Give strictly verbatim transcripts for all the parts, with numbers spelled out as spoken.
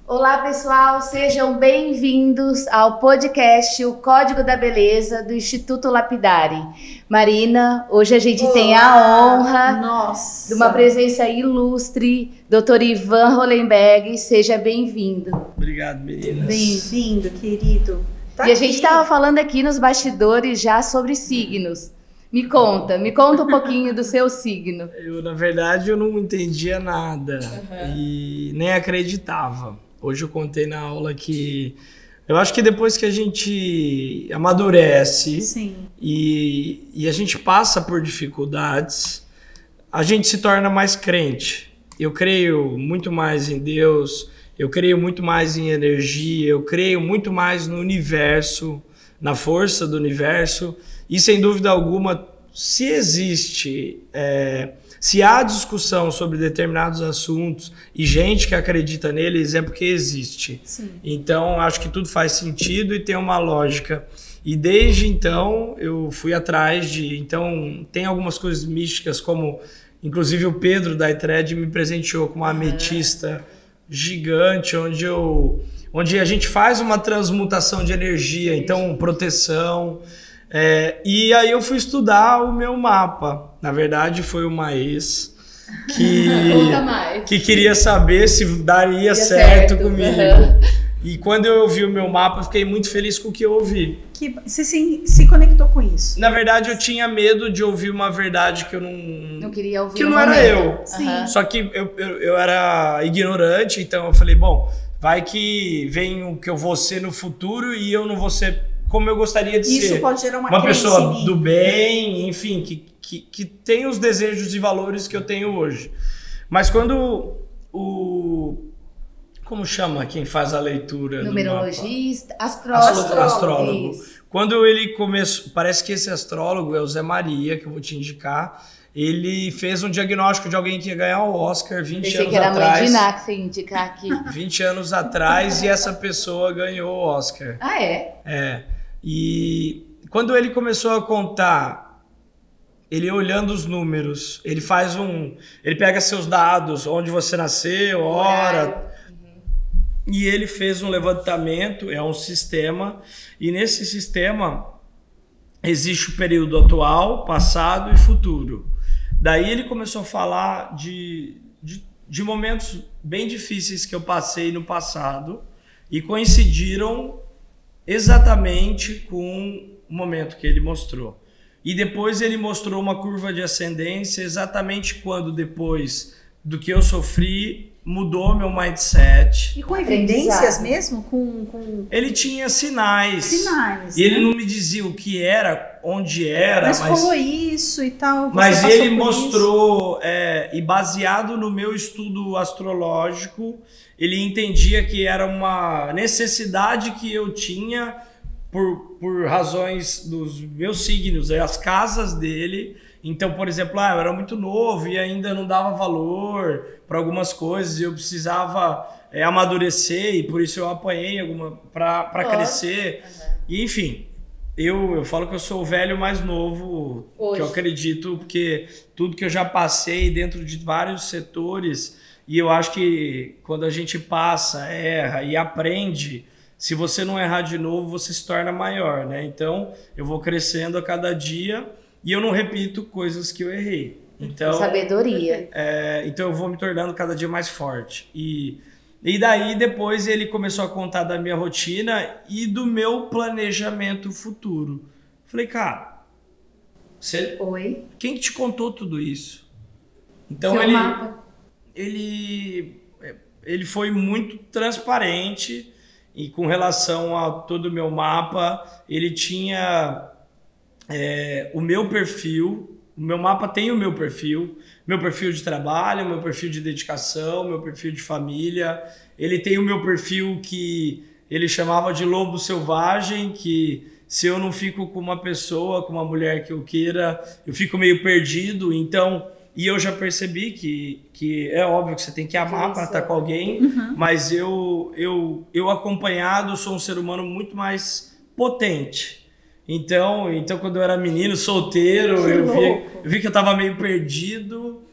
Olá pessoal, sejam bem-vindos ao podcast O Código da Beleza do Instituto Lapidari. Marina, hoje a gente Olá. tem a honra Nossa. de uma presença ilustre, doutor Ivan Hollenberg, seja bem-vindo. Obrigado, meninas. Bem-vindo, querido. Tá e a gente estava falando aqui nos bastidores já sobre signos. Me conta, me conta um pouquinho do seu signo. Eu, na verdade, eu não entendia nada uhum. e nem acreditava. Hoje eu contei na aula que eu acho que depois que a gente amadurece e, e a gente passa por dificuldades, a gente se torna mais crente. Eu creio muito mais em Deus, eu creio muito mais em energia, eu creio muito mais no universo, na força do universo. E sem dúvida alguma, se existe, é, se há discussão sobre determinados assuntos e gente que acredita neles, é porque existe. Sim. Então, acho que tudo faz sentido e tem uma lógica. E desde então, eu fui atrás de... Então, tem algumas coisas místicas, como, inclusive, o Pedro da Itred me presenteou com uma ametista gigante, onde, eu, onde a gente faz uma transmutação de energia, então, proteção... É, e aí eu fui estudar o meu mapa. Na verdade, foi uma ex que, que queria saber se daria certo, certo comigo. Uhum. E quando eu ouvi o meu mapa, eu fiquei muito feliz com o que eu ouvi. Que você se, se conectou com isso? Na verdade, eu tinha medo de ouvir uma verdade que eu não... Não queria ouvir. Que não era eu. Sim. Só que eu, eu, eu era ignorante, então eu falei, bom, vai que vem o que eu vou ser no futuro e eu não vou ser... como eu gostaria de Isso ser. Isso pode gerar uma Uma pessoa do bem, enfim, que, que, que tem os desejos e valores que eu tenho hoje. Mas quando o... Como chama quem faz a leitura? Numerologista, astrólogo. Astrólogo. astrólogo. Quando ele começou... Parece que esse astrólogo é o Zé Maria, que eu vou te indicar. Ele fez um diagnóstico de alguém que ia ganhar o Oscar vinte Pensei anos que era atrás. a mãe de Ná que você ia indicar aqui. vinte anos atrás e essa pessoa ganhou o Oscar. Ah, é? É. E quando ele começou a contar, ele olhando os números, ele faz um... Ele pega seus dados, onde você nasceu, hora... Uhum. E ele fez um levantamento, é um sistema, e nesse sistema existe o período atual, passado e futuro. Daí ele começou a falar de, de, de momentos bem difíceis que eu passei no passado e coincidiram exatamente com o momento que ele mostrou. E depois ele mostrou uma curva de ascendência exatamente quando depois do que eu sofri mudou meu mindset. E com evidências mesmo? Com, com... Ele tinha sinais. Sinais. E né? ele não me dizia o que era, onde era. Mas, mas falou isso e tal. Mas ele mostrou, é, e baseado no meu estudo astrológico, ele entendia que era uma necessidade que eu tinha por, por razões dos meus signos, as casas dele. Então, por exemplo, ah, eu era muito novo e ainda não dava valor para algumas coisas, e eu precisava é, amadurecer, e por isso eu apanhei alguma para crescer. Uhum. E enfim, eu, eu falo que eu sou o velho mais novo, hoje. Que eu acredito, porque tudo que eu já passei dentro de vários setores, e eu acho que quando a gente passa, erra e aprende, se você não errar de novo, você se torna maior, né? Então, eu vou crescendo a cada dia. E eu não repito coisas que eu errei. Então, sabedoria. É, então eu vou me tornando cada dia mais forte. E, e daí depois ele começou a contar da minha rotina e do meu planejamento futuro. Falei, cara, você, Oi? Quem que te contou tudo isso? Então Seu ele, mapa. ele, ele foi muito transparente e com relação a todo o meu mapa, ele tinha... É, o meu perfil, o meu mapa tem o meu perfil, meu perfil de trabalho, meu perfil de dedicação, meu perfil de família. Ele tem o meu perfil que ele chamava de lobo selvagem, que se eu não fico com uma pessoa, com uma mulher que eu queira, eu fico meio perdido. Então, e eu já percebi que, que é óbvio que você tem que amar para estar com alguém, uhum. mas eu, eu, eu acompanhado sou um ser humano muito mais potente. Então, então quando eu era menino, solteiro, eu vi, eu vi que eu estava meio perdido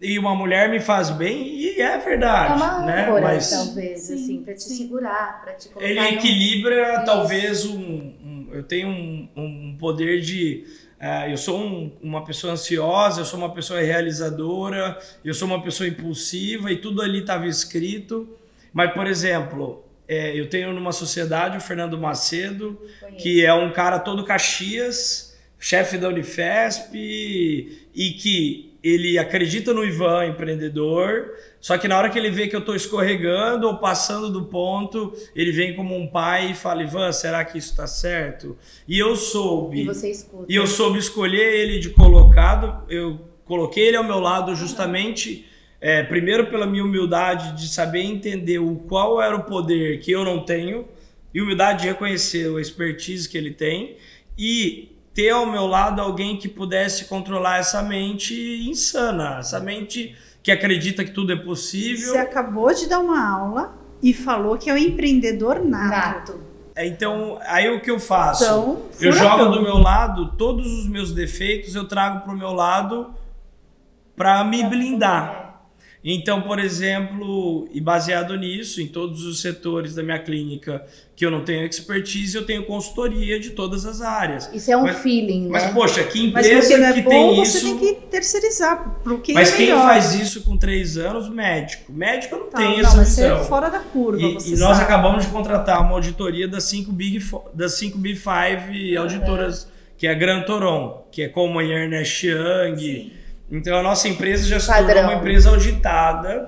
e uma mulher me faz bem, e é verdade. É uma né? âncora, Mas talvez, sim, assim, para te sim. segurar, para te colocar. ele num... equilibra, Isso. talvez, um, um. Eu tenho um, um poder de. Uh, eu sou um, uma pessoa ansiosa, eu sou uma pessoa realizadora, eu sou uma pessoa impulsiva, e tudo ali estava escrito. Mas, por exemplo, é, eu tenho numa sociedade o Fernando Macedo, Conheço. que é um cara todo Caxias, chefe da Unifesp, e, e que ele acredita no Ivan, empreendedor, só que na hora que ele vê que eu estou escorregando ou passando do ponto, ele vem como um pai e fala, Ivan, será que isso está certo? E eu soube. E você escuta. E eu soube escolher ele de colocado, eu coloquei ele ao meu lado justamente, é, primeiro pela minha humildade de saber entender o qual era o poder que eu não tenho, e humildade de reconhecer a expertise que ele tem, e ter ao meu lado alguém que pudesse controlar essa mente insana, essa mente que acredita que tudo é possível. Você acabou de dar uma aula e falou que é um empreendedor nato. Nato. Então, aí o que eu faço? Então, eu furacão. jogo do meu lado, todos os meus defeitos eu trago para o meu lado para me blindar. Então, por exemplo, e baseado nisso, em todos os setores da minha clínica que eu não tenho expertise, eu tenho consultoria de todas as áreas. Isso é um mas, feeling, mas, né? poxa, que Mas empresa porque não é que bom, tem você isso... tem que terceirizar. Porque Mas é quem melhor. faz isso com três anos? Médico. Médico não Tá, tem não, essa mas você visão. é fora da curva, E, você e nós sabe. acabamos de contratar uma auditoria das cinco Big, Fo- das cinco Big Five auditoras, que é a Gran Toron, que é como a Ernest Young. Sim. Então a nossa empresa já se Padrão. tornou uma empresa auditada,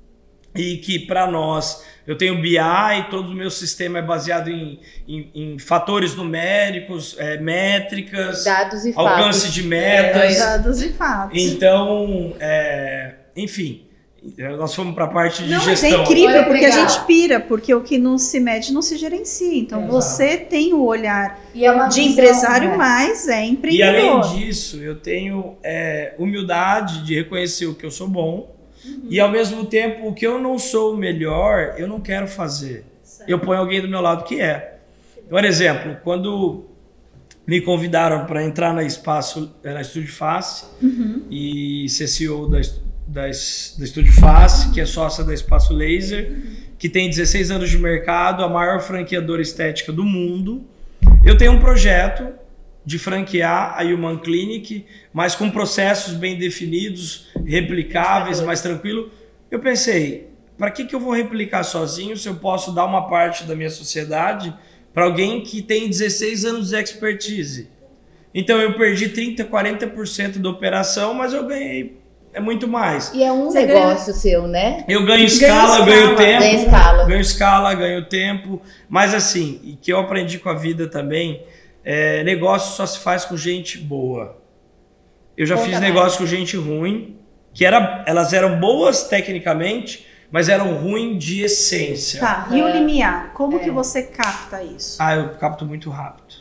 e que para nós, eu tenho B I, todo o meu sistema é baseado em, em, em fatores numéricos, é, métricas, Dados e alcance fatos. de metas. Dados e fatos. Então, é, enfim, nós fomos para a parte de Não, mas gestão. é incrível, Olha que porque legal. a gente pira, porque o que não se mede não se gerencia. Então, Exato. você tem o olhar E é uma de visão, empresário, né? mas é E empreendedor. além disso, eu tenho é, humildade de reconhecer o que eu sou bom, uhum. e ao mesmo tempo, o que eu não sou o melhor, eu não quero fazer. Certo. Eu ponho alguém do meu lado que é. Por exemplo, quando me convidaram para entrar na Espaço, na Estúdio Face, uhum. e ser C E O da, da, da Estúdio Face, que é sócia da Espaço Laser, uhum. que tem dezesseis anos de mercado, a maior franqueadora estética do mundo. Eu tenho um projeto de franquear a Human Clinic, mas com processos bem definidos, replicáveis, mais tranquilo. Eu pensei, para que, que eu vou replicar sozinho se eu posso dar uma parte da minha sociedade para alguém que tem dezesseis anos de expertise? Então eu perdi trinta, quarenta por cento da operação, mas eu ganhei é muito mais. E é um Você negócio ganha... seu, né? Eu ganho escala, ganha ganho escala, tempo, ganha escala. ganho escala, ganho tempo. Mas assim, e que eu aprendi com a vida também, é, negócio só se faz com gente boa. Eu já Conta fiz mais. negócio com gente ruim, que era, elas eram boas tecnicamente, mas eram ruins de essência. Tá, e o limiar? Como É. que você capta isso? Ah, eu capto muito rápido.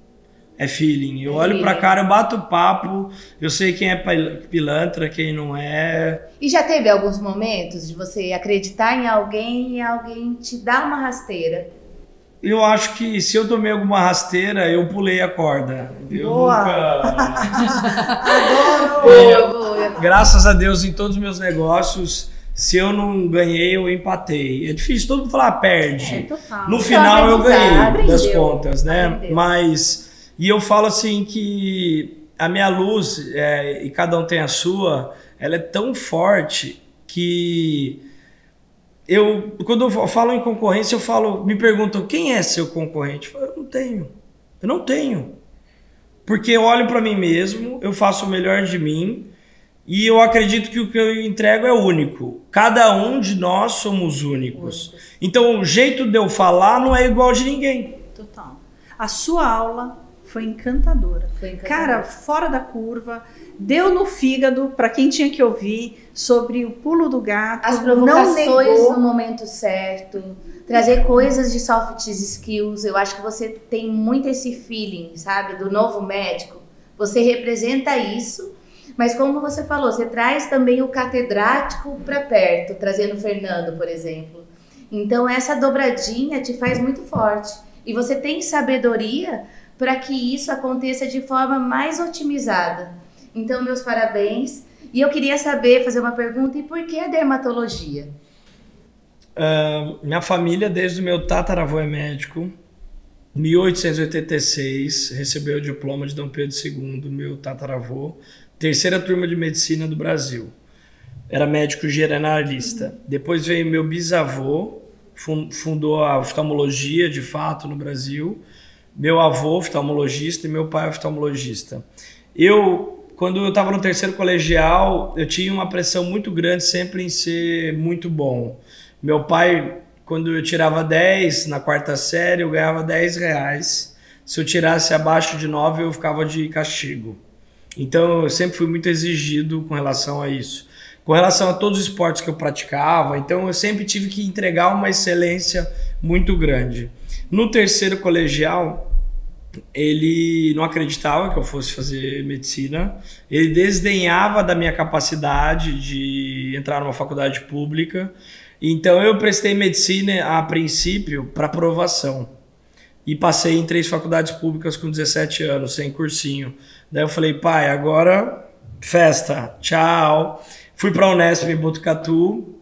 É feeling. Eu É olho pra feeling. cara, eu bato papo, eu sei quem é pilantra, quem não é. E já teve alguns momentos de você acreditar em alguém e alguém te dar uma rasteira? Eu acho que se eu tomei alguma rasteira, eu pulei a corda. Eu Boa. nunca... Adoro! Boa, boa. Graças a Deus, em todos os meus negócios, se eu não ganhei, eu empatei. É difícil todo mundo falar perde. É, total. No Só final eu aprendizado, ganhei aprendeu. das contas, né? Aprendeu. Mas, e eu falo assim que a minha luz, é, e cada um tem a sua, ela é tão forte que eu, quando eu falo em concorrência, eu falo, me perguntam, quem é seu concorrente? Eu falo, eu não tenho, eu não tenho. Porque eu olho para mim mesmo, eu faço o melhor de mim, e eu acredito que o que eu entrego é único. Cada um de nós somos únicos. Então o jeito de eu falar não é igual de ninguém. Total. A sua aula foi encantadora. Foi encantadora. Cara, fora da curva, deu no fígado para quem tinha que ouvir sobre o pulo do gato. As não provocações negou. no momento certo, trazer coisas de soft skills. Eu acho que você tem muito esse feeling, sabe, do novo médico. Você representa isso, mas como você falou, você traz também o catedrático para perto, trazendo o Fernando, por exemplo. Então essa dobradinha te faz muito forte. E você tem sabedoria para que isso aconteça de forma mais otimizada. Então, meus parabéns. E eu queria saber, fazer uma pergunta, e por que a dermatologia? Uh, minha família, desde o meu tataravô é médico. mil oitocentos e oitenta e seis, recebeu o diploma de Dom Pedro segundo, meu tataravô. Terceira turma de medicina do Brasil. Era médico generalista. Uhum. Depois veio meu bisavô, fundou a oftalmologia, de fato, no Brasil. Meu avô, oftalmologista, e meu pai, oftalmologista. Eu, quando eu estava no terceiro colegial, eu tinha uma pressão muito grande sempre em ser muito bom. Meu pai, quando eu tirava dez na quarta série, eu ganhava dez reais. Se eu tirasse abaixo de nove, eu ficava de castigo. Então, eu sempre fui muito exigido com relação a isso. Com relação a todos os esportes que eu praticava, então eu sempre tive que entregar uma excelência muito grande. No terceiro colegial, ele não acreditava que eu fosse fazer medicina, ele desdenhava da minha capacidade de entrar numa faculdade pública, então eu prestei medicina a princípio para aprovação e passei em três faculdades públicas com dezessete anos, sem cursinho. Daí eu falei, pai, agora festa, tchau. Fui para a Unesp em Botucatu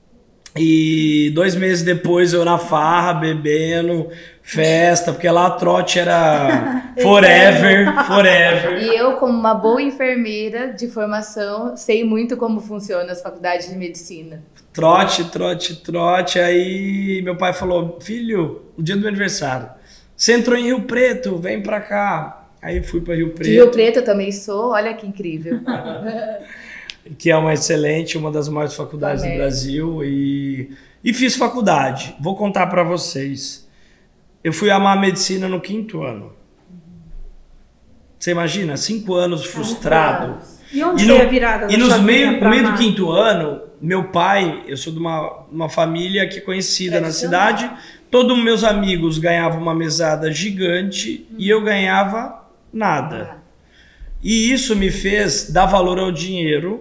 e dois meses depois eu na farra, bebendo, festa, porque lá a trote era forever, forever. E eu, como uma boa enfermeira de formação, sei muito como funcionam as faculdades de medicina. Trote, trote, trote. Aí meu pai falou, filho, o dia do meu aniversário, você entrou em Rio Preto, vem pra cá. Aí fui para Rio Preto. De Rio Preto eu também sou, olha que incrível. Que é uma excelente, uma das maiores faculdades Também. do Brasil. E, e fiz faculdade. Vou contar para vocês. Eu fui amar a medicina no quinto ano. Você imagina? Cinco anos frustrado. E onde e foi no, a virada? E nos meio, no meio do quinto ano, meu pai, eu sou de uma, uma família que é conhecida na cidade. Todos os meus amigos ganhavam uma mesada gigante hum. e eu ganhava nada. Ah. E isso me fez dar valor ao dinheiro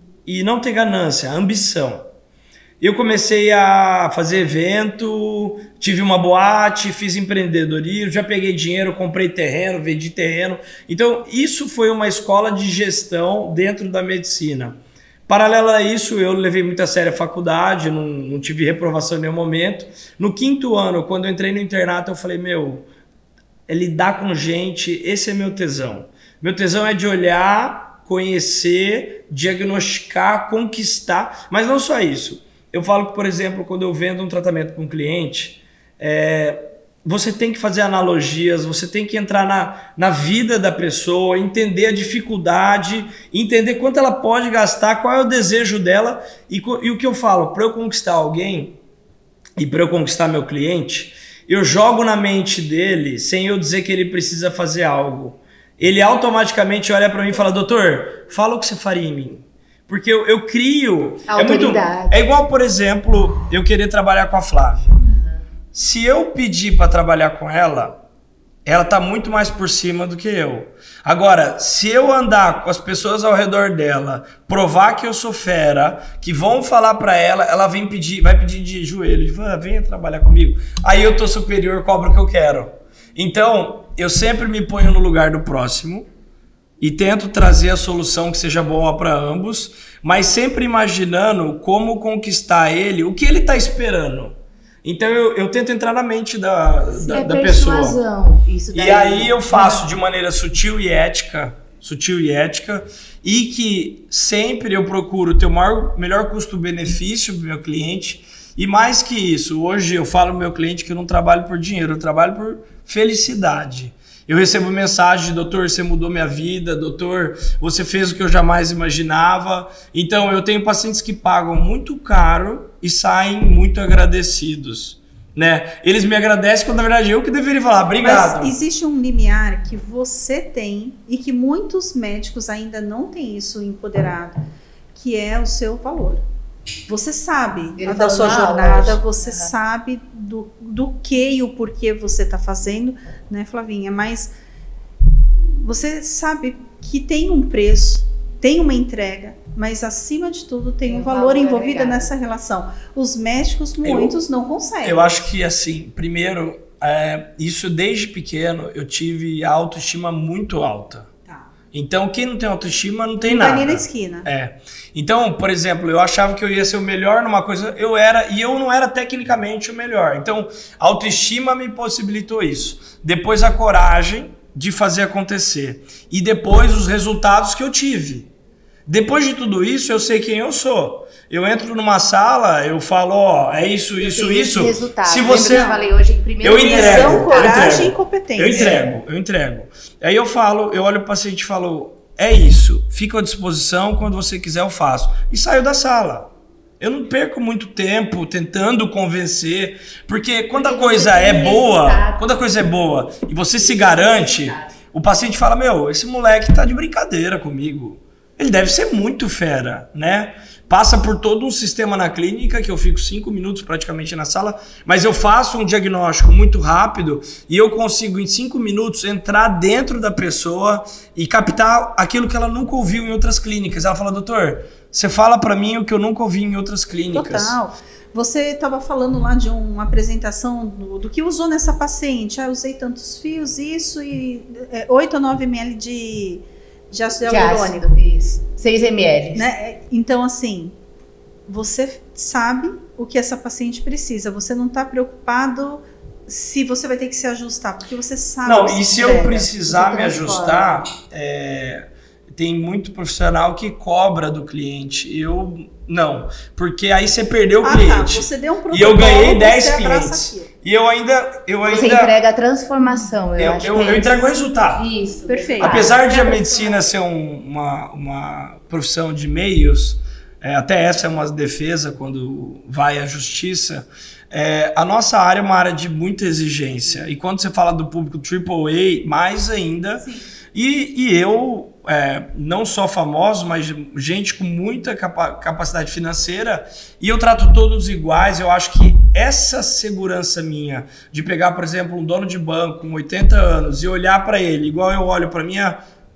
e não ter ganância, ambição. Eu comecei a fazer evento, tive uma boate, fiz empreendedorismo, já peguei dinheiro, comprei terreno, vendi terreno. Então, isso foi uma escola de gestão dentro da medicina. Paralelo a isso, eu levei muito a sério a faculdade, não, não tive reprovação em nenhum momento. No quinto ano, quando eu entrei no internato, eu falei, meu, é lidar com gente, esse é meu tesão. Meu tesão é de olhar, conhecer, diagnosticar, conquistar, mas não só isso. Eu falo que, por exemplo, quando eu vendo um tratamento para um cliente, é, você tem que fazer analogias, você tem que entrar na, na vida da pessoa, entender a dificuldade, entender quanto ela pode gastar, qual é o desejo dela. E, e o que eu falo, para eu conquistar alguém e para eu conquistar meu cliente, eu jogo na mente dele sem eu dizer que ele precisa fazer algo. Ele automaticamente olha para mim e fala, doutor, fala o que você faria em mim. Porque eu, eu crio... É, muito, é igual, por exemplo, eu querer trabalhar com a Flávia. Uhum. Se eu pedir para trabalhar com ela, ela tá muito mais por cima do que eu. Agora, se eu andar com as pessoas ao redor dela, provar que eu sou fera, que vão falar para ela, ela vem pedir, vai pedir de joelho, ah, venha trabalhar comigo. Aí eu tô superior, cobro o que eu quero. Então, eu sempre me ponho no lugar do próximo e tento trazer a solução que seja boa para ambos, mas sempre imaginando como conquistar ele, o que ele está esperando. Então, eu, eu tento entrar na mente da, da, é da pessoa. Isso daí. E aí eu faço de maneira sutil e ética, sutil e ética, e que sempre eu procuro ter o maior, melhor custo-benefício do meu cliente. E mais que isso, hoje eu falo pro meu cliente que eu não trabalho por dinheiro, eu trabalho por felicidade. Eu recebo mensagem, doutor, você mudou minha vida, doutor, você fez o que eu jamais imaginava. Então eu tenho pacientes que pagam muito caro e saem muito agradecidos, né? Eles me agradecem quando na verdade eu que deveria falar obrigado. Mas existe um limiar que você tem e que muitos médicos ainda não têm isso empoderado, que é o seu valor. Você sabe Ele da sua jornada, hoje. você uhum. sabe do, do que e o porquê você está fazendo, né, Flavinha? Mas você sabe que tem um preço, tem uma entrega, mas acima de tudo tem, tem um valor, valor envolvido agregado. nessa relação. Os médicos, muitos, eu, não conseguem. Eu acho que, assim, primeiro, é, isso desde pequeno eu tive a autoestima muito alta. Tá. Então, quem não tem autoestima não tem não nada. Vai nem na esquina. É. Então, por exemplo, eu achava que eu ia ser o melhor numa coisa, eu era, e eu não era tecnicamente o melhor. Então, a autoestima me possibilitou isso. Depois, a coragem de fazer acontecer. E depois, os resultados que eu tive. Depois de tudo isso, eu sei quem eu sou. Eu entro numa sala, eu falo, ó, é isso, isso, isso. Resultado. Se você, eu falei hoje em primeiro eu entrego, eu coragem entrego, e competência. Eu entrego, eu entrego. Aí eu falo, eu olho pro paciente e falo, é isso, fica à disposição, quando você quiser eu faço. E saio da sala. Eu não perco muito tempo tentando convencer, porque quando porque a coisa é boa, resultado. quando a coisa é boa e você se garante, o paciente fala, meu, esse moleque tá de brincadeira comigo. Ele deve ser muito fera, né? Passa por todo um sistema na clínica, que eu fico cinco minutos praticamente na sala, mas eu faço um diagnóstico muito rápido e eu consigo em cinco minutos entrar dentro da pessoa e captar aquilo que ela nunca ouviu em outras clínicas. Ela fala, doutor, você fala pra mim o que eu nunca ouvi em outras clínicas. Total. Você estava falando lá de uma apresentação do, do que usou nessa paciente. Ah, eu usei tantos fios, isso e é, oito a nove mililitros de... de ácido hialurônico. Isso. seis mililitros. Né? Então, assim, você sabe o que essa paciente precisa. Você não está preocupado se você vai ter que se ajustar, porque você sabe. Não, e se eu precisar você me ajustar, é, tem muito profissional que cobra do cliente. Eu não, porque aí você perdeu o ah, cliente. Tá. Você deu um protocolo, e eu ganhei dez clientes. E eu ainda, eu ainda... Você entrega a transformação, eu, eu acho eu, que eu entrego o resultado. Isso. Perfeito. Apesar de a medicina ser um, uma, uma profissão de meios, é, até essa é uma defesa quando vai à justiça, é, a nossa área é uma área de muita exigência. E quando você fala do público triplo A, mais ainda. Sim. E, e eu, é, não só famoso, mas gente com muita capa capacidade financeira, e eu trato todos iguais. Eu acho que essa segurança minha de pegar, por exemplo, um dono de banco com oitenta anos e olhar para ele igual eu olho para minha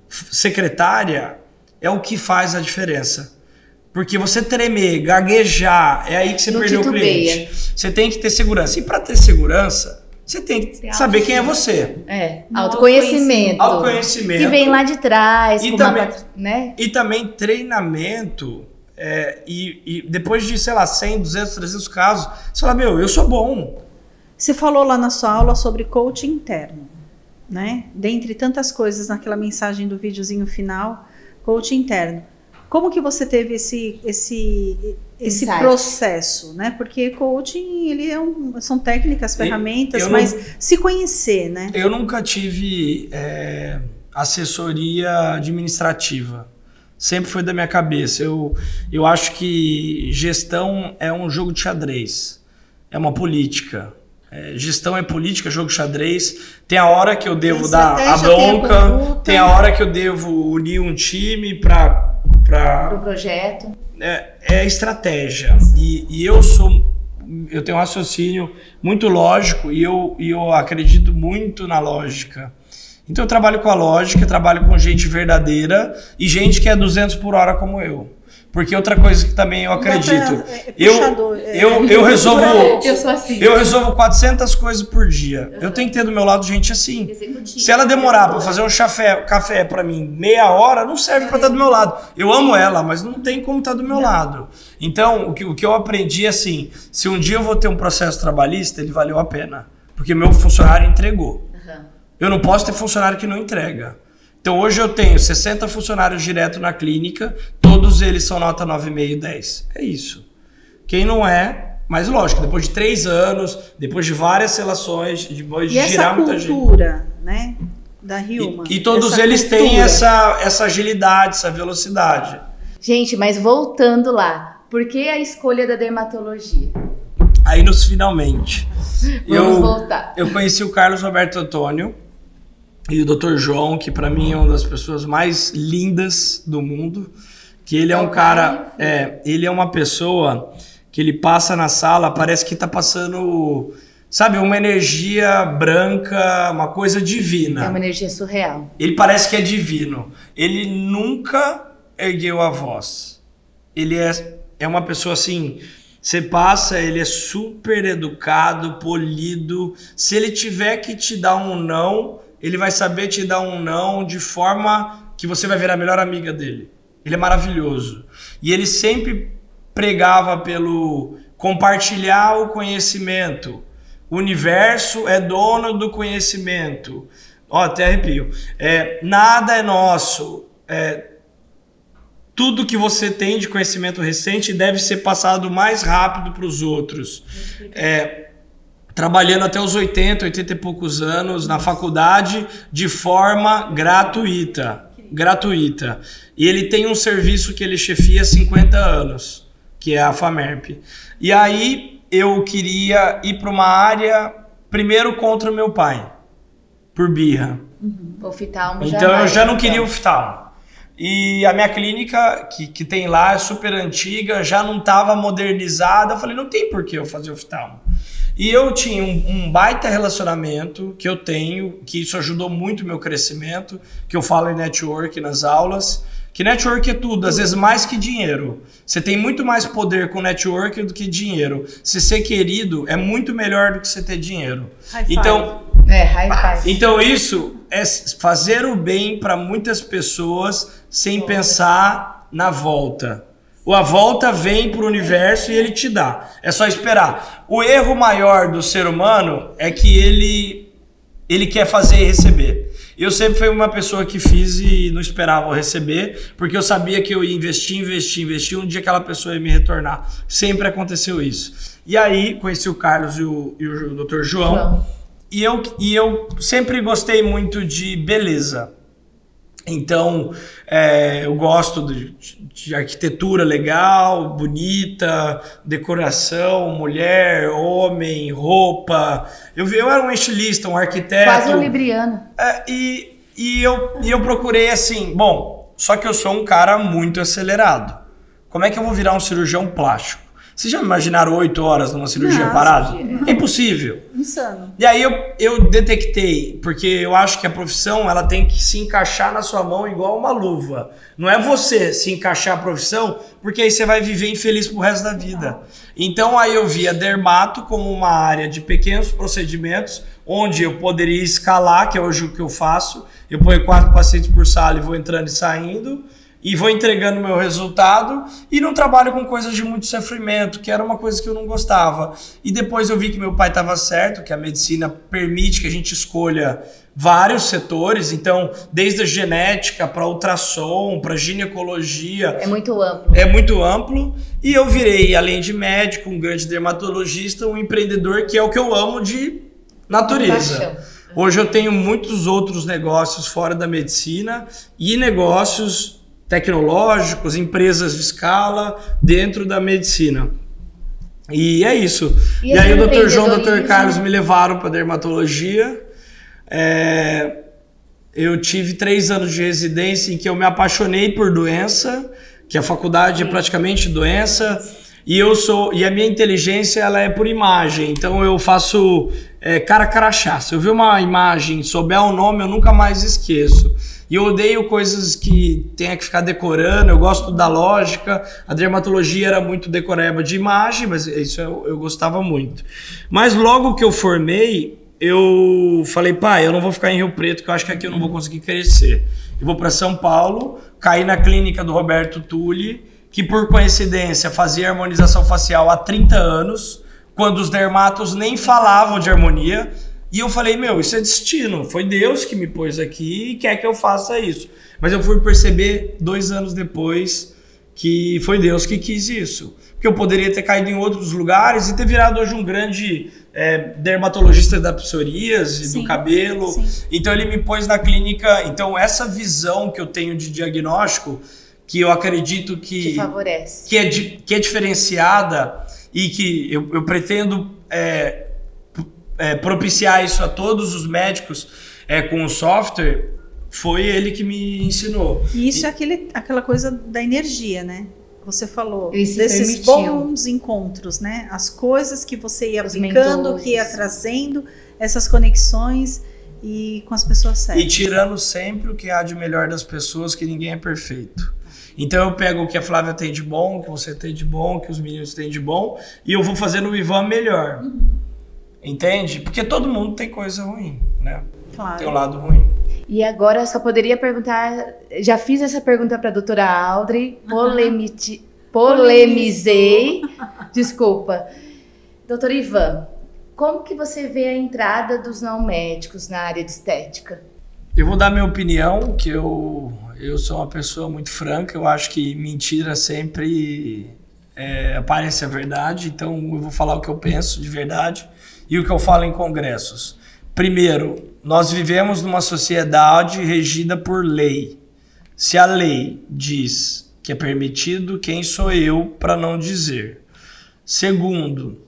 secretária, é o que faz a diferença. Porque você tremer, gaguejar, é aí que você não perdeu titubeia. O cliente. Você tem que ter segurança. E para ter segurança, você tem que tem saber quem é você. É, autoconhecimento. Autoconhecimento. Que vem lá de trás. E, também, uma, né? e também treinamento. É, e, e depois de, sei lá, cem, duzentos, trezentos casos, você fala, meu, eu sou bom. Você falou lá na sua aula sobre coaching interno, né? Dentre tantas coisas naquela mensagem do videozinho final, coaching interno. Como que você teve esse, esse, esse processo, né? Porque coaching, ele é um, são técnicas, ferramentas, eu mas não, se conhecer, né? Eu nunca tive é, assessoria administrativa. Sempre foi da minha cabeça. Eu, eu acho que gestão é um jogo de xadrez. É uma política. É, gestão é política, jogo de xadrez. Tem a hora que eu devo dar a bronca, tem, tem a hora que eu devo unir um time para para o pro projeto. É, é estratégia. E, e eu sou, eu tenho um raciocínio muito lógico e eu, e eu acredito muito na lógica. Então eu trabalho com a lógica, trabalho com gente verdadeira e gente que é duzentos por hora como eu. Porque outra coisa que também eu acredito, é, é eu, é, eu, eu resolvo eu, sou assim. eu resolvo quatrocentas coisas por dia. Uhum. Eu tenho que ter do meu lado gente assim. Executivo. Se ela demorar para fazer um café, café para mim meia hora, não serve para estar do meu lado. Eu amo ela, mas não tem como estar do meu não. lado. Então, o que, o que eu aprendi é assim, se um dia eu vou ter um processo trabalhista, ele valeu a pena. Porque meu funcionário entregou. Uhum. Eu não posso ter funcionário que não entrega. Então hoje eu tenho sessenta funcionários direto na clínica, todos eles são nota nove vírgula cinco, dez. É isso. Quem não é, mas lógico, depois de três anos, depois de várias relações, depois de e girar muita gente. E essa cultura, né, da Human. E, e todos eles cultura. têm essa, essa agilidade, essa velocidade. Gente, mas voltando lá, por que a escolha da dermatologia? Aí nos finalmente. Vamos eu, voltar. Eu conheci o Carlos Roberto Antônio. E o doutor João, que para mim é uma das pessoas mais lindas do mundo, que ele é um cara, é, ele é uma pessoa que ele passa na sala, parece que tá passando, sabe, uma energia branca, uma coisa divina. É uma energia surreal. Ele parece que é divino. Ele nunca ergueu a voz. Ele é, é uma pessoa assim, você passa, ele é super educado, polido. Se ele tiver que te dar um não, ele vai saber te dar um não de forma que você vai virar a melhor amiga dele. Ele é maravilhoso. E ele sempre pregava pelo compartilhar o conhecimento. O universo é dono do conhecimento. Ó, até arrepio. É, nada é nosso. É, tudo que você tem de conhecimento recente deve ser passado mais rápido para os outros. É, trabalhando até os oitenta, oitenta e poucos anos na faculdade de forma gratuita. Gratuita. E ele tem um serviço que ele chefia há cinquenta anos, que é a FAMERP. E aí eu queria ir para uma área, primeiro contra o meu pai, por birra. Uhum. O oftalmo então já eu já não queria o oftalmo. E a minha clínica, que, que tem lá, é super antiga, já não estava modernizada. Eu falei, não tem por que eu fazer oftalmo. E eu tinha um, um baita relacionamento que eu tenho, que isso ajudou muito o meu crescimento, que eu falo em network nas aulas, que network é tudo, às vezes mais que dinheiro. Você tem muito mais poder com network do que dinheiro. Se ser querido é muito melhor do que você ter dinheiro. High então, é, high five. Então isso é fazer o bem para muitas pessoas sem volta. Pensar na volta. A volta vem para o universo e ele te dá. É só esperar. O erro maior do ser humano é que ele, ele quer fazer e receber. Eu sempre fui uma pessoa que fiz e não esperava receber, porque eu sabia que eu ia investir, investir, investir, um dia aquela pessoa ia me retornar. Sempre aconteceu isso. E aí conheci o Carlos e o, e o doutor João, João. E, eu, e eu sempre gostei muito de beleza. Então, é, eu gosto de, de arquitetura legal, bonita, decoração, mulher, homem, roupa. Eu, eu era um estilista, um arquiteto. Quase um libriano. É, e, e, eu, e eu procurei assim, bom, só que eu sou um cara muito acelerado. Como é que eu vou virar um cirurgião plástico? Vocês já imaginaram oito horas numa cirurgia Nossa, parada? é. É impossível. Insano. E aí eu, eu detectei, porque eu acho que a profissão ela tem que se encaixar na sua mão igual uma luva. Não é você se encaixar a profissão, porque aí você vai viver infeliz pro resto da vida. Então aí eu vi a dermato como uma área de pequenos procedimentos, onde eu poderia escalar, que é hoje o que eu faço. Eu ponho quatro pacientes por sala e vou entrando e saindo. E vou entregando meu resultado e não trabalho com coisas de muito sofrimento, que era uma coisa que eu não gostava. E depois eu vi que meu pai estava certo, que a medicina permite que a gente escolha vários setores, então desde a genética para ultrassom, para ginecologia. É muito amplo. É muito amplo. E eu virei, além de médico, um grande dermatologista, um empreendedor, que é o que eu amo de natureza. Hoje eu tenho muitos outros negócios fora da medicina e negócios tecnológicos, empresas de escala dentro da medicina. E é isso. E, e aí o doutor João e o doutor Carlos me levaram para dermatologia. É, eu tive três anos de residência em que eu me apaixonei por doença, que a faculdade é praticamente doença, e eu sou e a minha inteligência ela é por imagem. Então eu faço é, cara crachá. Se eu ver uma imagem, souber o nome, eu nunca mais esqueço. E eu odeio coisas que tenha que ficar decorando, eu gosto da lógica. A dermatologia era muito decoreba de imagem, mas isso eu, eu gostava muito. Mas logo que eu formei, eu falei, pai, eu não vou ficar em Rio Preto, que eu acho que aqui eu não vou conseguir crescer. Eu vou para São Paulo, caí na clínica do Roberto Tulli, que por coincidência fazia harmonização facial há trinta anos, quando os dermatos nem falavam de harmonia. E eu falei, meu, isso é destino, foi Deus que me pôs aqui e quer que eu faça isso. Mas eu fui perceber dois anos depois que foi Deus que quis isso. Porque eu poderia ter caído em outros lugares e ter virado hoje um grande é, dermatologista da psoríase, sim, do cabelo. Sim. Então ele me pôs na clínica. Então essa visão que eu tenho de diagnóstico, que eu acredito que, que favorece, que é, que é diferenciada e que eu, eu pretendo... É, É, propiciar isso a todos os médicos é, com o software, foi ele que me ensinou. E isso e... é aquele, aquela coisa da energia, né? Você falou Esse desses bons encontros, né? As coisas que você ia os aplicando, mentores, que ia trazendo essas conexões e com as pessoas certas. E tirando sempre o que há de melhor das pessoas, que ninguém é perfeito. Então eu pego o que a Flávia tem de bom, o que você tem de bom, o que os meninos têm de bom, e eu vou fazer no Ivan melhor. Uhum. Entende? Porque todo mundo tem coisa ruim, né? Claro. Tem um lado ruim. E agora eu só poderia perguntar, já fiz essa pergunta para a doutora Audrey, polemiti, polemizei, desculpa. Doutor Ivan, como que você vê a entrada dos não médicos na área de estética? Eu vou dar minha opinião, que eu, eu sou uma pessoa muito franca, eu acho que mentira sempre é, aparece a verdade, então eu vou falar o que eu penso de verdade e o que eu falo em congressos. Primeiro, nós vivemos numa sociedade regida por lei. Se a lei diz que é permitido, quem sou eu para não dizer? Segundo,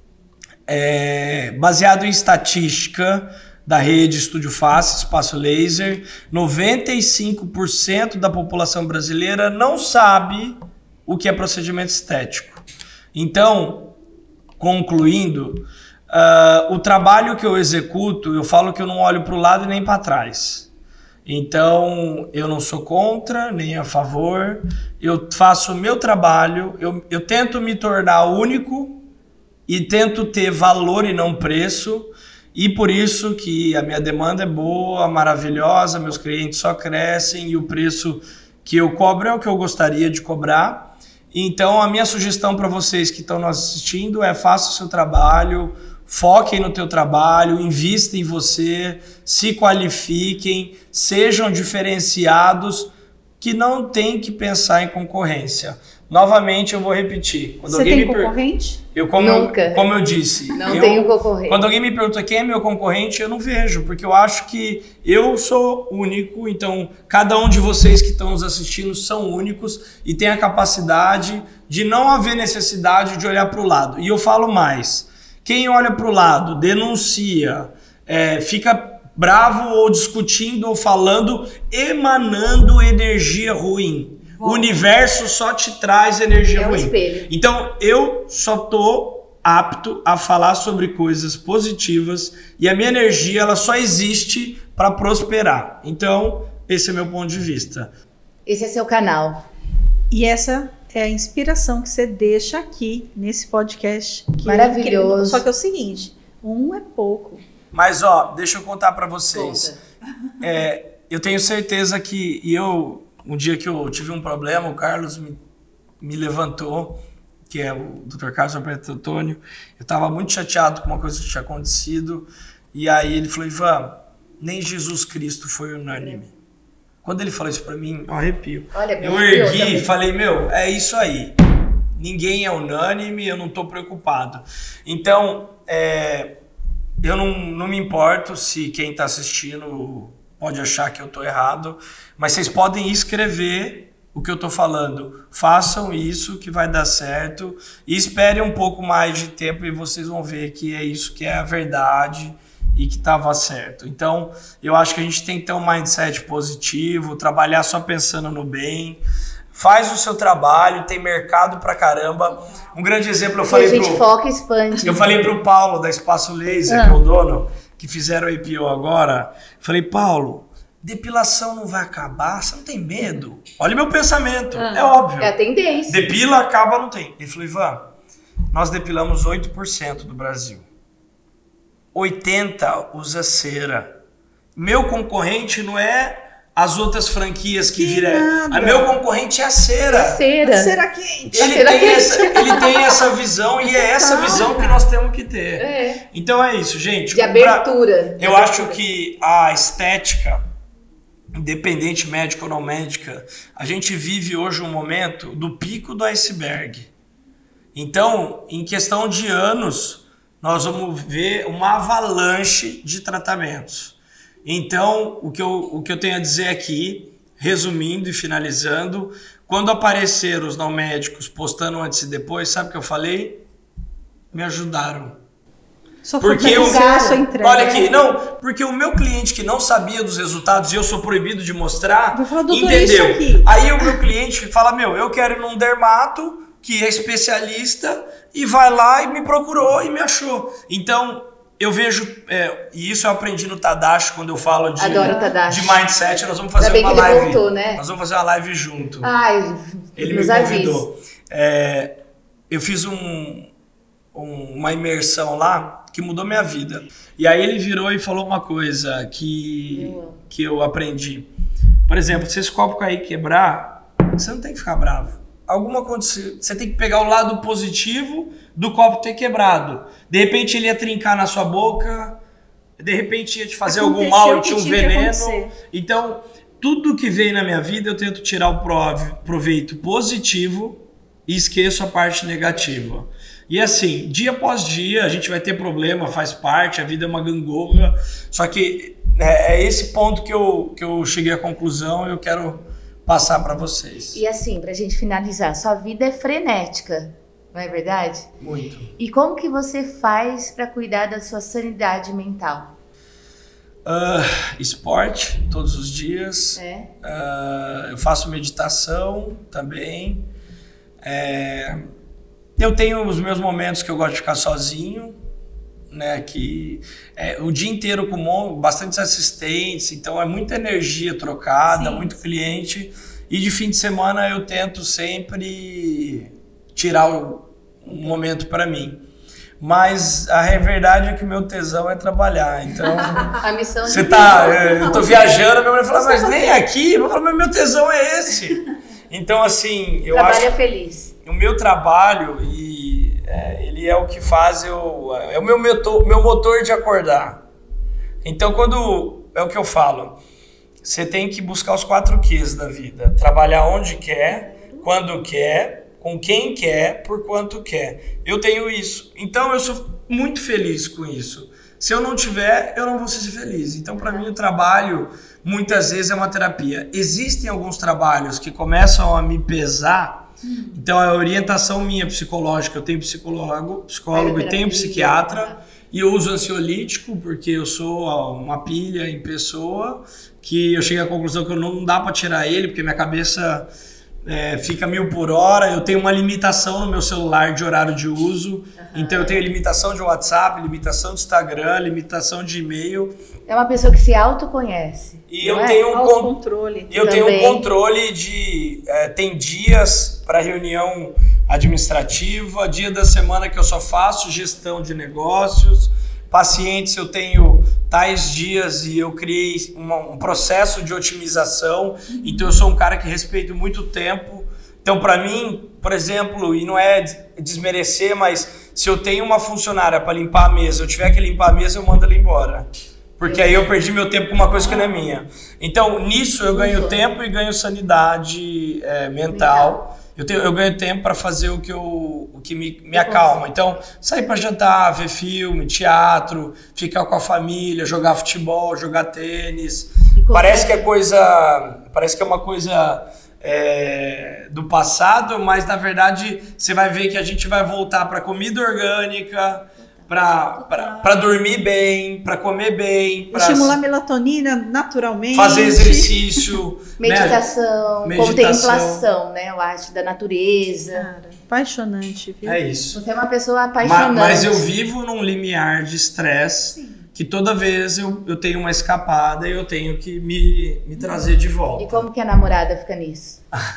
é, baseado em estatística da rede Estúdio Face, Espaço Laser, noventa e cinco por cento da população brasileira não sabe o que é procedimento estético. Então, concluindo, uh, o trabalho que eu executo, eu falo que eu não olho para o lado e nem para trás. Então, eu não sou contra, nem a favor, eu faço o meu trabalho, eu, eu tento me tornar único e tento ter valor e não preço, e por isso que a minha demanda é boa, maravilhosa, meus clientes só crescem e o preço que eu cobro é o que eu gostaria de cobrar. Então, a minha sugestão para vocês que estão nos assistindo é: faça o seu trabalho, foquem no teu trabalho, invista em você, se qualifiquem, sejam diferenciados, que não tem que pensar em concorrência. Novamente, eu vou repetir. Quando Você tem concorrente? Per... Eu, como, Nunca. Eu, como eu disse, não eu, tenho concorrente. Quando alguém me pergunta quem é meu concorrente, eu não vejo, porque eu acho que eu sou único, então cada um de vocês que estão nos assistindo são únicos e tem a capacidade de não haver necessidade de olhar para o lado. E eu falo mais, quem olha para o lado, denuncia, é, fica bravo ou discutindo ou falando, emanando energia ruim. O universo só te traz energia é um ruim. Espelho. Então, eu só tô apto a falar sobre coisas positivas e a minha energia ela só existe para prosperar. Então, esse é meu ponto de vista. Esse é seu canal. E essa é a inspiração que você deixa aqui nesse podcast. Que Maravilhoso. É, só que é o seguinte, um é pouco. Mas, ó, deixa eu contar para vocês. É, eu tenho certeza que... E eu... Um dia que eu tive um problema, o Carlos me, me levantou, que é o doutor Carlos Alberto Antônio. Eu estava muito chateado com uma coisa que tinha acontecido. E aí ele falou: Ivan, nem Jesus Cristo foi unânime. Quando ele falou isso para mim, eu arrepio. Olha, eu ergui e falei: meu, é isso aí. Ninguém é unânime, eu não estou preocupado. Então, é, eu não, não me importo se quem está assistindo pode achar que eu estou errado, mas vocês podem escrever o que eu estou falando. Façam isso que vai dar certo e esperem um pouco mais de tempo e vocês vão ver que é isso que é a verdade e que estava certo. Então, eu acho que a gente tem que ter um mindset positivo, trabalhar só pensando no bem. Faz o seu trabalho, tem mercado pra caramba. Um grande exemplo, eu falei pro... a gente pro, foca e expande. Eu falei pro Paulo, da Espaço Laser, ah. que é o dono, que fizeram o I P O agora. Falei: Paulo, depilação não vai acabar? Você não tem medo? Olha o meu pensamento, ah. é óbvio. É a tendência. Depila, acaba, não tem. Ele falou: Ivan, nós depilamos oito por cento do Brasil. oitenta por cento usa cera. Meu concorrente não é as outras franquias que, que viram. A meu concorrente é a cera. É cera. A cera quente. Ele, cera tem quente. Essa, ele tem essa visão e é essa visão que nós temos que ter. É. Então é isso, gente. De abertura. Pra, eu acho que a estética, independente médica ou não médica, a gente vive hoje um momento do pico do iceberg. Então, em questão de anos, nós vamos ver uma avalanche de tratamentos. Então, o que, eu, o que eu tenho a dizer aqui, resumindo e finalizando, quando apareceram os não médicos postando antes e depois, sabe o que eu falei? Me ajudaram. Só porque eu, a sua entrega. Olha aqui, não, porque o meu cliente que não sabia dos resultados e eu sou proibido de mostrar, vou falar, doutor, entendeu? Isso aqui. Aí o meu cliente fala: meu, eu quero ir num dermato que é especialista e vai lá e me procurou e me achou. Então, eu vejo, é, e isso eu aprendi no Tadashi, quando eu falo de, de mindset, nós vamos fazer uma live. Voltou, né? Nós vamos fazer uma live junto. Ai, ele me convidou. É, eu fiz um, um, uma imersão lá que mudou minha vida. E aí ele virou e falou uma coisa que eu, que eu aprendi. Por exemplo, se esse copo cair e quebrar, você não tem que ficar bravo. Alguma coisa, você tem que pegar o lado positivo do copo ter quebrado. De repente ele ia trincar na sua boca, de repente ia te fazer Aconteceu algum mal e tinha um veneno. Então, tudo que vem na minha vida eu tento tirar o proveito positivo e esqueço a parte negativa. E assim, dia após dia a gente vai ter problema, faz parte, a vida é uma gangorra. Só que é, é esse ponto que eu, que eu cheguei à conclusão e eu quero passar para vocês. E assim, pra gente finalizar, sua vida é frenética, não é verdade? Muito. E como que você faz para cuidar da sua sanidade mental? Uh, esporte, todos os dias. É. Uh, eu faço meditação também. É, eu tenho os meus momentos que eu gosto de ficar sozinho, né? Que é, o dia inteiro com bastantes assistentes, então é muita energia trocada, Sim. muito cliente. E de fim de semana eu tento sempre tirar o, um momento para mim. Mas a verdade é que o meu tesão é trabalhar, então... A missão você tá, eu tô viajando, minha mulher fala, mas nem aqui, eu falo, mas meu tesão é esse. Então, assim, eu Trabalho acho... feliz. O meu trabalho, e, é, ele é o que faz eu... É o meu motor, meu motor de acordar. Então, quando... É o que eu falo. Você tem que buscar os quatro Qs da vida. Trabalhar onde quer, quando quer... com quem quer, por quanto quer. Eu tenho isso. Então eu sou muito feliz com isso. Se eu não tiver, eu não vou ser feliz. Então para mim o trabalho muitas vezes é uma terapia. Existem alguns trabalhos que começam a me pesar. Então a orientação minha psicológica, eu tenho psicólogo, psicólogo e tenho psiquiatra. E eu uso ansiolítico porque eu sou uma pilha em pessoa que eu cheguei à conclusão que eu não dá para tirar ele porque minha cabeça... É, fica mil por hora, eu tenho uma limitação no meu celular de horário de uso, uhum. Então eu tenho limitação de WhatsApp, limitação de Instagram, limitação de e-mail. É uma pessoa que se autoconhece. E eu é? tenho um autocontrole. Eu também. tenho um controle de... É, tem dias para reunião administrativa, dia da semana que eu só faço gestão de negócios, pacientes eu tenho tais dias e eu criei uma, um processo de otimização, então eu sou um cara que respeito muito tempo. Então para mim, por exemplo, e não é desmerecer, mas se eu tenho uma funcionária para limpar a mesa, eu tiver que limpar a mesa, eu mando ela embora. Porque aí eu perdi meu tempo com uma coisa que não é minha. Então nisso eu ganho tempo e ganho sanidade é, mental. Eu, tenho, eu ganho tempo para fazer o que, eu, o que me, me acalma. Então, sair para jantar, ver filme, teatro, ficar com a família, jogar futebol, jogar tênis. Parece que é coisa, parece que é uma coisa é, do passado, mas na verdade você vai ver que a gente vai voltar para comida orgânica, para dormir bem, para comer bem, para estimular a melatonina naturalmente, fazer exercício, meditação, né? Contemplação, né? Eu acho, da natureza. Cara, apaixonante, viu? É isso. Você é uma pessoa apaixonante. Mas, mas eu vivo num limiar de estresse que toda vez eu, eu tenho uma escapada e eu tenho que me, me trazer de volta. E como que a namorada fica nisso?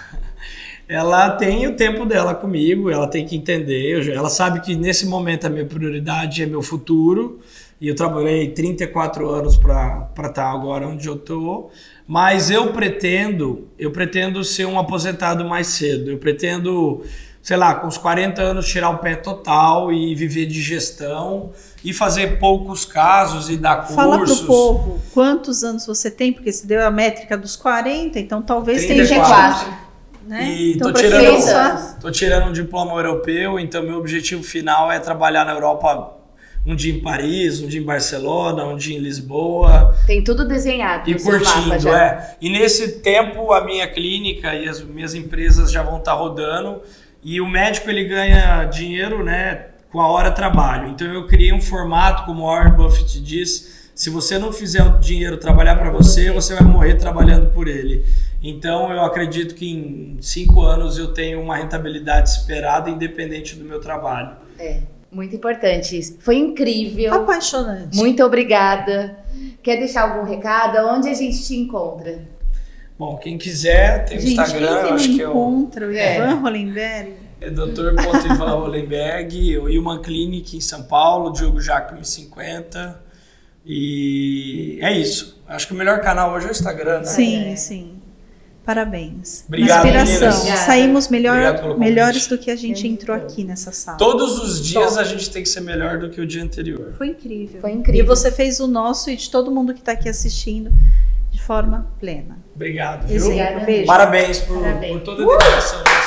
Ela tem o tempo dela comigo, ela tem que entender, ela sabe que nesse momento a minha prioridade é meu futuro, e eu trabalhei trinta e quatro anos para estar agora onde eu estou, mas eu pretendo, eu pretendo ser um aposentado mais cedo, eu pretendo, sei lá, com os quarenta anos tirar o pé total e viver de gestão e fazer poucos casos e dar cursos. Fala pro povo quantos anos você tem, porque você deu a métrica dos quarenta, então talvez tenha trinta e quatro. Né? E então, tô tirando, tô tirando um diploma europeu, então meu objetivo final é trabalhar na Europa um dia em Paris, um dia em Barcelona, um dia em Lisboa. Tem tudo desenhado. E curtindo, é. E nesse tempo a minha clínica e as minhas empresas já vão estar rodando e o médico ele ganha dinheiro, né, com a hora trabalho. Então eu criei um formato, como o Warren Buffett diz, se você não fizer o dinheiro trabalhar para você, você vai morrer trabalhando por ele. Então, eu acredito que em cinco anos eu tenho uma rentabilidade esperada, independente do meu trabalho. É, muito importante isso. Foi incrível. Apaixonante. Muito obrigada. Quer deixar algum recado? Onde a gente te encontra? Bom, quem quiser, tem o Instagram, quem eu acho que eu... encontra o Ivan Hollenberg. É doutor Ivan Hollenberg, o Human Clinic em São Paulo, Diogo Jacome cinquenta. E é isso. Acho que o melhor canal hoje é o Instagram, né? Sim, é. sim. Parabéns. Obrigado, inspiração. meninas. Saímos melhor, melhores do que a gente entrou aqui nessa sala. Todos os dias Top. A gente tem que ser melhor do que o dia anterior. Foi incrível. Foi incrível. E você fez o nosso e de todo mundo que está aqui assistindo de forma plena. Obrigado, viu? Exemplo. Beijo. Parabéns por, Parabéns. por toda a dedicação. Uh!